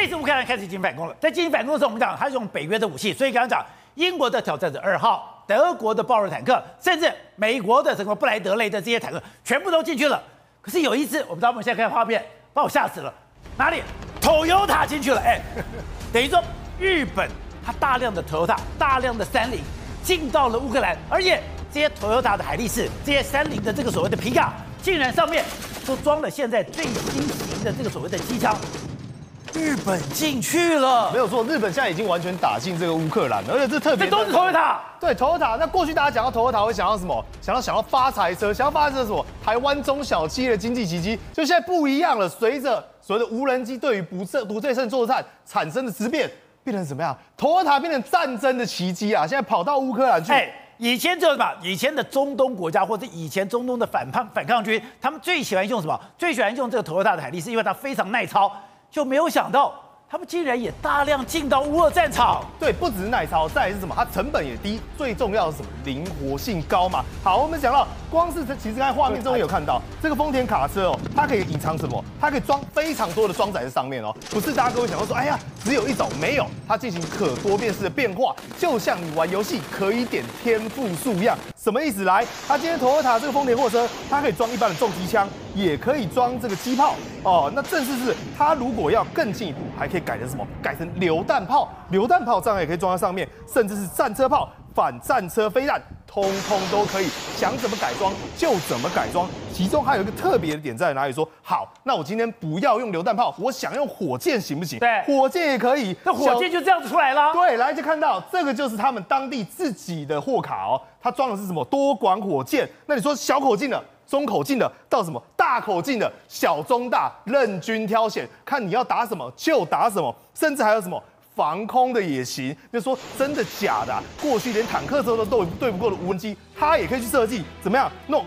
次乌克兰开始进行反攻了，在进行反攻的时候，我们讲它是用北约的武器，所以刚刚讲英国的挑战者2号、德国的豹二坦克，甚至美国的什么布莱德类的这些坦克，全部都进去了。可是有一次，我们现在看画面，把我吓死了，哪里？Toyota 进去了，等于说日本它大量的 Toyota、大量的30进到了乌克兰，而且这些 Toyota 的海力士、这些30的这个所谓的皮卡，竟然上面都装了现在最新型的这个所谓的机枪。日本进去了， 没有错，日本现在已经完全打进这个乌克兰了，而且这特别， 这都是 Toyota。 对 Toyota，那过去大家讲到 Toyota 会想到什么？想到发财车，想到发财车是什么？台湾中小企业的经济奇迹，就现在不一样了。随着所谓的无人机对于不对称作战产生的质变，变成什么样 ？Toyota 变成战争的奇迹啊！现在跑到乌克兰去。 以前就是什么？以前的中东国家或者以前中东的反抗军，他们最喜欢用什么？最喜欢用这个 Toyota 的海力士，因为它非常耐操。就没有想到，他们竟然也大量进到乌俄战场。 对，不只是耐操，再来是什么？它成本也低，最重要的是什么？灵活性高嘛。好，我们讲到，光是其实在画面中有看到这个丰田卡车哦，它可以隐藏什么？它可以装非常多的装载在上面哦，不是大家各位想说，哎呀，只有一种，没有，它进行可多变式的变化，就像你玩游戏可以点天赋树一样。什么意思？来，它今天Toyota这个丰田货车，它可以装一般的重机枪，也可以装这个机炮哦。那正式是它如果要更进一步，还可以改成什么？改成榴弹炮，榴弹炮这样也可以装在上面，甚至是战车炮、反战车飞弹，通通都可以，想怎么改装就怎么改装。其中还有一个特别的点在哪里？说好，那我今天不要用榴弹炮，我想用火箭行不行？ 对， 火箭也可以。 那火箭就这样子出来了。 对，来就看到这个就是他们当地自己的货卡哦，它装的是什么多管火箭？那你说小口径的。中口径的到什么大口径的，小中大任君挑选，看你要打什么就打什么，甚至还有什么防空的也行。就说真的假的过去连坦克车都对不过的无人机，它也可以去设计怎么样弄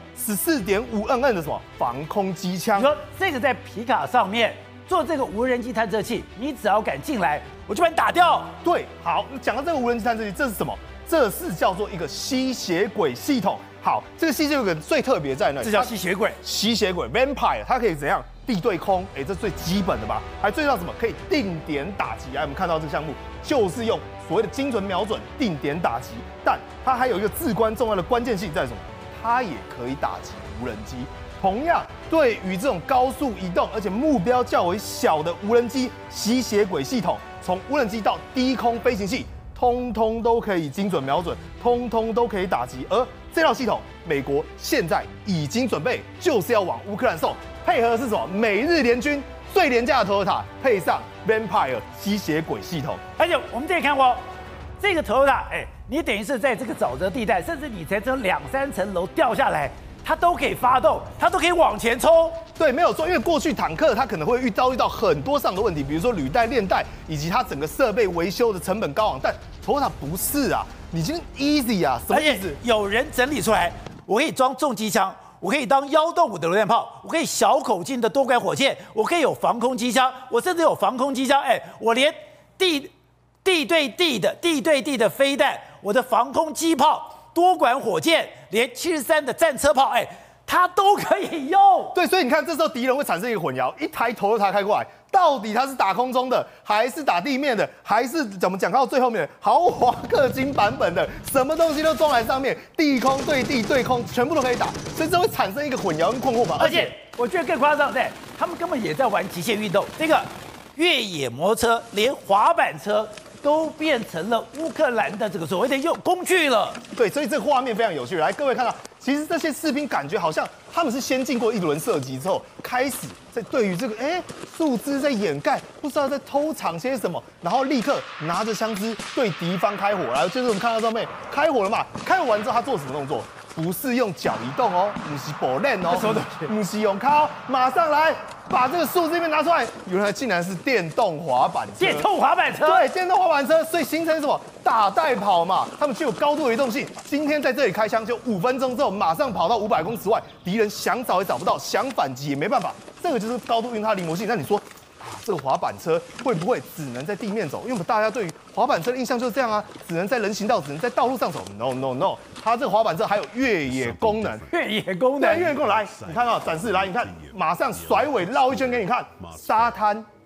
14.5mm的什么防空机枪。 你说这个在皮卡上面做这个无人机探测器，你只要敢进来，我就把你打掉。 对，好，讲到这个无人机探测器，这是什么？这是叫做一个吸血鬼系统。好，这个吸血鬼最特别在哪里？ 这叫吸血鬼。 吸血鬼 Vampire， 它可以怎样？地对空，这最基本的吧。还最重要什么？可以定点打击。我们看到这个项目就是用所谓的精准瞄准、定点打击。但它还有一个至关重要的关键性在什么？它也可以打击无人机。同样，对于这种高速移动而且目标较为小的无人机，吸血鬼系统从无人机到低空飞行器，通通都可以精准瞄准，通通都可以打击。而这套系统，美国现在已经准备，就是要往乌克兰送。配合的是什么？美日联军最廉价的 Toyota， 配上 Vampire 吸血鬼系统。 而且我们这里看过，这个 Toyota，你等于是在这个沼泽地带，甚至你才从2、3层楼掉下来，它都可以发动，它都可以往前冲。 对，没有错，因为过去坦克它可能会遭遇到很多上的问题，比如说履带、链带，以及它整个设备维修的成本高昂。但 Toyota 不是啊，你今天 easy 啊，什么意思？ 有人整理出来，我可以装重机枪，我可以当165的榴弹炮，我可以小口径的多管火箭，我可以有防空机枪，我甚至有防空机枪，我连地对地的飞弹，我的防空机炮、多管火箭，连73的战车炮，它都可以用。 对，所以你看，这时候敌人会产生一个混淆：一台Toyota开过来，到底它是打空中的，还是打地面的，还是怎么讲到最后面豪华氪金版本的，什么东西都装在上面，地空对地对空，全部都可以打，所以这会产生一个混淆跟困惑吧。 而且我觉得更夸张的，他们根本也在玩极限运动，这个越野摩托车，连滑板车都变成了乌克兰的这个所谓的工具了。 对，所以这个画面非常有趣。来，各位看到，其实这些士兵感觉好像他们是先经过一轮射击之后，开始在对于这个树枝在掩盖，不知道在偷藏些什么，然后立刻拿着枪支对敌方开火。来，就是我们看到上面开火了嘛？开火完之后，他做什么动作？不是用脚移动哦，不是步练哦，不是用靠，马上来把这个树枝这边拿出来，原来竟然是电动滑板车。 电动滑板车， 对，电动滑板车，所以形成什么打带跑嘛？他们具有高度的移动性。今天在这里开枪，就5分钟之后，马上跑到500公尺外，敌人想找也找不到，想反击也没办法。这个就是高度运用它的灵活性。那你说？这个滑板车会不会只能在地面走？因为我们大家对于滑板车的印象就是这样啊，只能在人行道，只能在道路上走。No， 它这个滑板车还有越野功能。 越野功能， 来，你看到展示，来，你看，马上甩尾绕一圈给你看，沙滩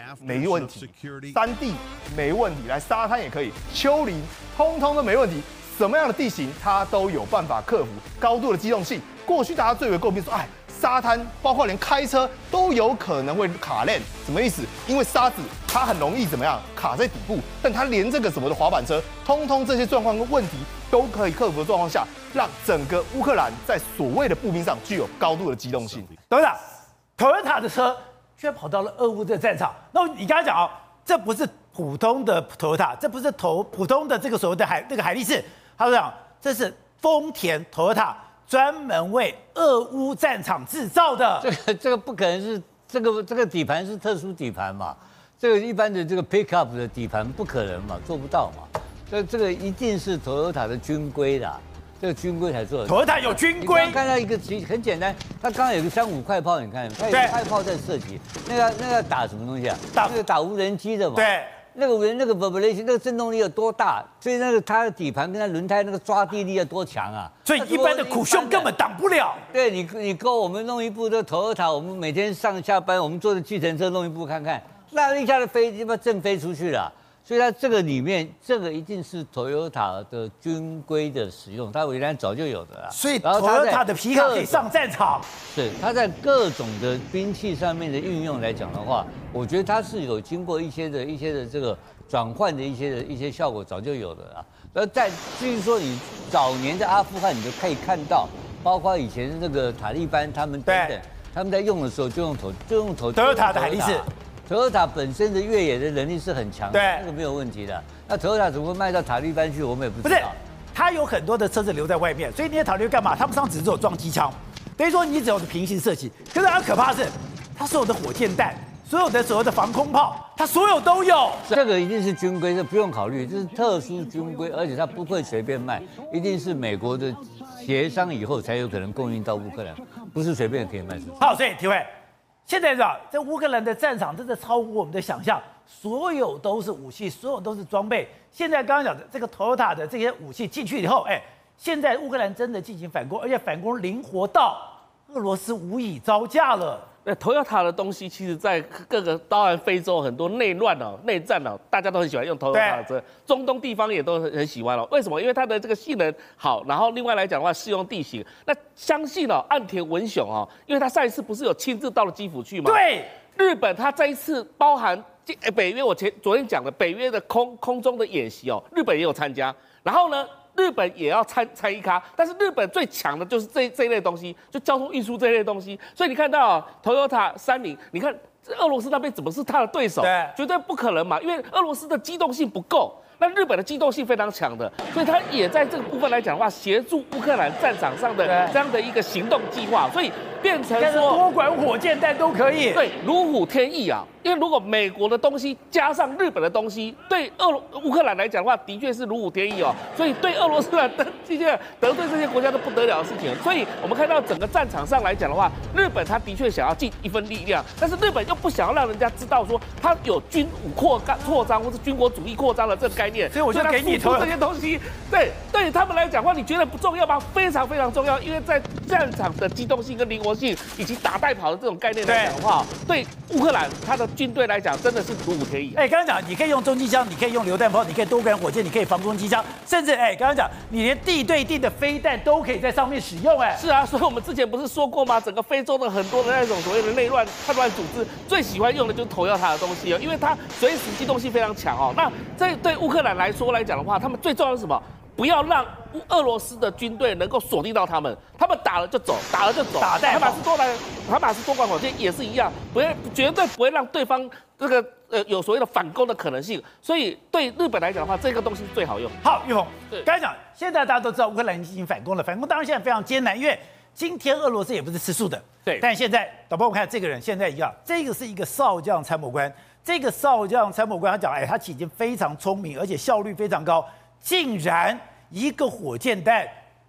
没问题，山地没问题，来沙滩也可以，丘陵通通都没问题。什么样的地形它都有办法克服，高度的机动性。过去大家最为诟病说，哎，沙滩包括连开车都有可能会卡链，什么意思？因为沙子它很容易怎么样卡在底部，但它连这个什么的滑板车，通通这些状况跟问题都可以克服的状况下，让整个乌克兰在所谓的步兵上具有高度的机动性。 董事长，Toyota 的车居然跑到了俄乌的战场，那你刚才讲哦，这不是普通的 Toyota， 这不是普通的这个所谓的海力士，他说讲这是丰田 Toyota 专门为俄乌战场制造的。 这个不可能是这个底盘是特殊底盘嘛？这个一般的这个 pickup 的底盘不可能嘛，做不到嘛。这个一定是 Toyota 的军规的，这个军规才做的。 Toyota 有军规。 你看到一个很简单，它刚刚有个3.5快炮，你看，它有快炮在射击，那个打什么东西啊？那个打无人机的嘛。 对。 那个vibration， 那个震动力有多大？所以它的底盘跟它轮胎那个抓地力要多强啊！ 所以一般的苦胸根本挡不了。 对你够我们弄一部这Toyota，我们每天上下班我们坐的计程车弄一部看看，那一下子震飞出去了。所以它这个里面，这个一定是 Toyota 的军规的使用，它原来早就有的啦。 所以 Toyota 的皮卡可以上战场。 是它在各种的兵器上面的运用来讲的话，我觉得它是有经过一些的这个转换的一些效果，早就有的啦。而在至于说你早年的阿富汗，你就可以看到，包括以前这个塔利班他们等等，他们在用的时候就用 Toyota 的海力士。 Toyota 本身的越野的能力是很强的， 对， 这个没有问题的。那 Toyota 怎么会卖到塔利班去？我们也不知道。 不是，它有很多的车子留在外面，所以你也考虑干嘛？它不上只有装机枪，等于说你只有平行射击。可是它可怕的是，它所有的火箭弹、所有的防空炮，它所有都有。 这个一定是军规，这不用考虑，这是特殊军规，而且它不会随便卖，一定是美国的协商以后才有可能供应到乌克兰，不是随便可以卖出去。 好，所以体会。现在在乌克兰的战场真的超乎我们的想象，所有都是武器，所有都是装备。现在刚刚讲的这个 Toyota 的这些武器进去以后，现在乌克兰真的进行反攻，而且反攻灵活到俄罗斯无以招架了。 Toyota 的东西，其实在各个当然非洲很多内战大家都很喜欢用 Toyota 的车，中东地方也都很喜欢为什么？因为它的这个性能好，然后另外来讲的话，适用地形。那相信岸田文雄因为他上一次不是有亲自到了基辅去吗？ 对， 日本他这一次包含北约，我昨天讲的北约的空中的演习日本也有参加，然后呢？日本也要参一咖，但是日本最强的就是这一类东西，就交通运输这一类东西。所以你看到Toyota 30，你看俄罗斯那边怎么是他的对手？ 对， 绝对不可能嘛，因为俄罗斯的机动性不够。那日本的机动性非常强的，所以他也在这个部分来讲的话，协助乌克兰战场上的这样的一个行动计划，所以变成说多管火箭弹都可以， 对，如虎添翼啊。因为如果美国的东西加上日本的东西，对乌克兰来讲的话，的确是如虎添翼所以对俄罗斯来得罪这些国家都不得了的事情。所以我们看到整个战场上来讲的话，日本他的确想要尽一份力量，但是日本又不想要让人家知道说他有军武扩张或是军国主义扩张的这个概念， 所以我就给你这些东西。对他们来讲的话，你觉得不重要吗？非常非常重要，因为在战场的机动性跟灵活性以及打带跑的这种概念来讲的话，对乌克兰他的军队来讲真的是如虎添翼。 刚刚讲你可以用重机枪，你可以用榴弹炮，你可以多管火箭，你可以防空机枪，甚至刚刚讲你连地对地的飞弹都可以在上面使用是啊，所以我们之前不是说过吗？整个非洲的很多的那种所谓的叛乱组织最喜欢用的就是Toyota的东西因为它随时机动性非常强那这对乌克兰来讲的话，他们最重要的是什么？不要让俄罗斯的军队能够锁定到他们打了就走，打了就走。海马斯多管火箭也是一样，绝对不会让对方这个有所谓的反攻的可能性。所以对日本来讲的话，这个东西最好用。 好，玉红，刚才讲，现在大家都知道乌克兰进行反攻了，反攻当然现在非常艰难，因为今天俄罗斯也不是吃素的。 对， 但现在导播我们看这个人现在一样，这个是一个少将参谋官，这个少将参谋官他讲，他已经非常聪明，而且效率非常高。竟然一个火箭弹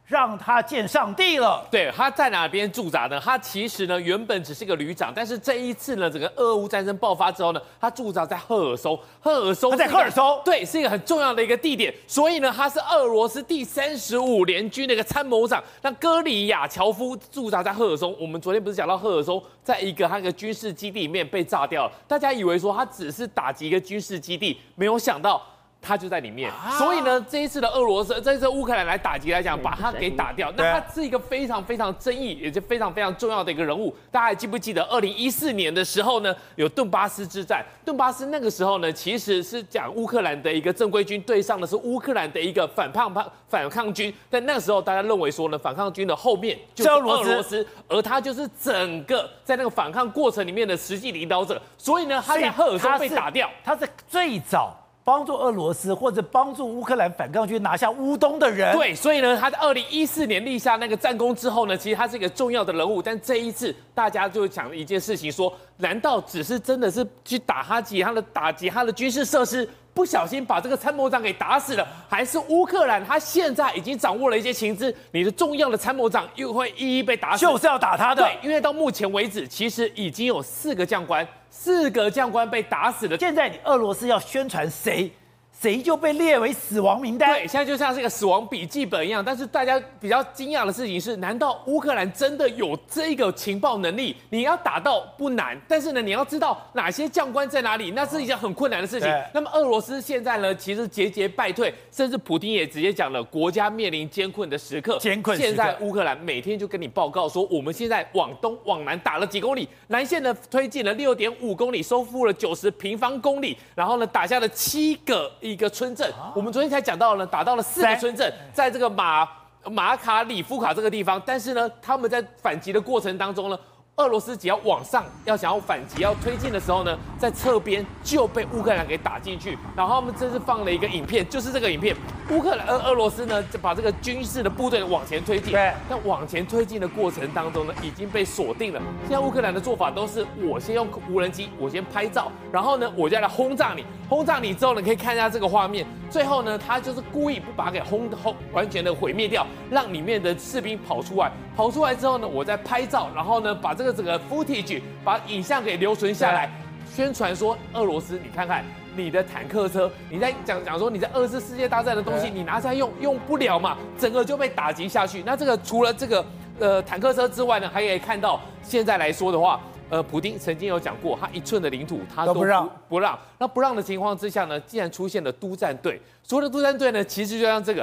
让他见上帝了。 对，他在哪边驻扎呢？他其实呢原本只是个旅长，但是这一次呢，整个俄乌战争爆发之后呢，他驻扎在赫尔松。 他在赫尔松， 对，是一个很重要的一个地点。所以呢，他是俄罗斯第35联军的一个参谋长。那戈里亚乔夫驻扎在赫尔松。我们昨天不是讲到赫尔松在他一个军事基地里面被炸掉了，大家以为说他只是打击一个军事基地，没有想到。他就在里面，所以呢，这一次的俄罗斯，这一次乌克兰来打击来讲，把他给打掉。那他是一个非常非常争议，也是非常非常重要的一个人物。大家还记不记得2014年的时候呢，有顿巴斯之战？顿巴斯那个时候呢，其实是讲乌克兰的一个正规军对上的是乌克兰的一个反抗军。但那个时候大家认为说呢，反抗军的后面就是俄罗斯，而他就是整个在那个反抗过程里面的实际领导者。所以呢，他在赫尔松被打掉， 他是最早帮助俄罗斯或者帮助乌克兰反抗军拿下乌东的人。 对，所以呢，他在2014年立下那个战功之后呢，其实他是一个重要的人物。但这一次大家就讲一件事情说，难道只是真的是去打击他的军事设施？不小心把这个参谋长给打死了，还是乌克兰他现在已经掌握了一些情资，你的重要的参谋长又会一一被打死， 就是要打他的。 对，因为到目前为止，其实已经有4个将官被打死了。 现在你俄罗斯要宣传谁就被列为死亡名单。 对，现在就像是一个死亡笔记本一样。但是大家比较惊讶的事情是，难道乌克兰真的有这个情报能力？你要打到不难，但是呢，你要知道哪些将官在哪里，那是一件很困难的事情。那么俄罗斯现在呢，其实节节败退，甚至普丁也直接讲了，国家面临艰困的时刻。现在乌克兰每天就跟你报告说，我们现在往东往南打了几公里，南线呢推进了6.5公里，收复了90平方公里，然后呢打下了7个一个村镇。我们昨天才讲到呢，打到了4个村镇，在这个马卡里夫卡这个地方。但是呢，他们在反击的过程当中呢，俄罗斯只要往上想要反击要推进的时候呢，在侧边就被乌克兰给打进去。然后他们这次放了一个影片，就是这个影片，俄罗斯呢就把这个军事的部队往前推进。对，但往前推进的过程当中呢，已经被锁定了。现在乌克兰的做法都是，我先用无人机，我先拍照，然后呢，我就来轰炸你。轰炸你之后呢，可以看一下这个画面。最后呢，他就是故意不把它给完全的毁灭掉，让里面的士兵跑出来。跑出来之后呢，我再拍照，然后呢，把这个整个 footage 把影像给留存下来，宣传说俄罗斯，你看看你的坦克车，你在讲说你在2次世界大战的东西，你拿出来用不了嘛，整个就被打击下去。那这个除了这个坦克车之外呢，还可以看到现在来说的话。普丁曾经有讲过，他1寸的领土他都不让。那不让的情况之下呢，竟然出现了督战队。所谓的督战队呢，其实就像这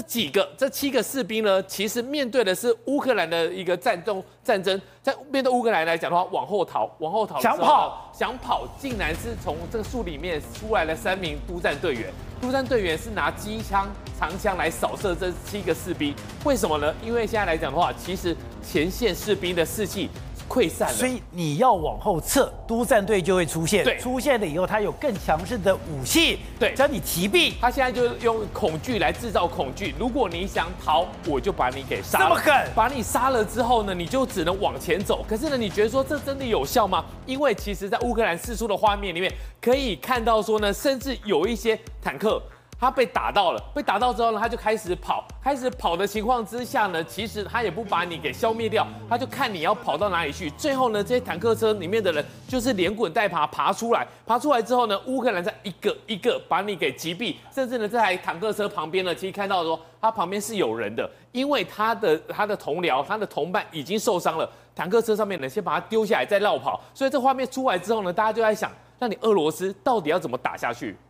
7个士兵呢，其实面对的是乌克兰的一个战争。在面对乌克兰来讲的话，往后逃，想跑，竟然是从这个树里面出来了3名督战队员。督战队员是拿机枪、长枪来扫射这7个士兵。为什么呢？因为现在来讲的话，其实前线士兵的士气溃散了， 所以你要往后撤，督战队就会出现。 对， 出现了以后，他有更强势的武器， 对， 将你击毙。 他现在就用恐惧来制造恐惧。如果你想逃，我就把你给杀了。 这么狠！ 把你杀了之后呢，你就只能往前走。可是呢，你觉得说这真的有效吗？因为其实，在乌克兰释出的画面里面，可以看到说呢，甚至有一些坦克。他被打到了，被打到之后呢，他就开始跑的情况之下呢，其实他也不把你给消灭掉，他就看你要跑到哪里去。最后呢，这些坦克车里面的人就是连滚带爬出来之后呢，乌克兰再一个一个把你给击毙，甚至呢，这台坦克车旁边呢，其实看到说他旁边是有人的，因为他的同僚、他的同伴已经受伤了，坦克车上面呢先把他丢下来再绕跑，所以这画面出来之后呢，大家就在想，那你俄罗斯到底要怎么打下去？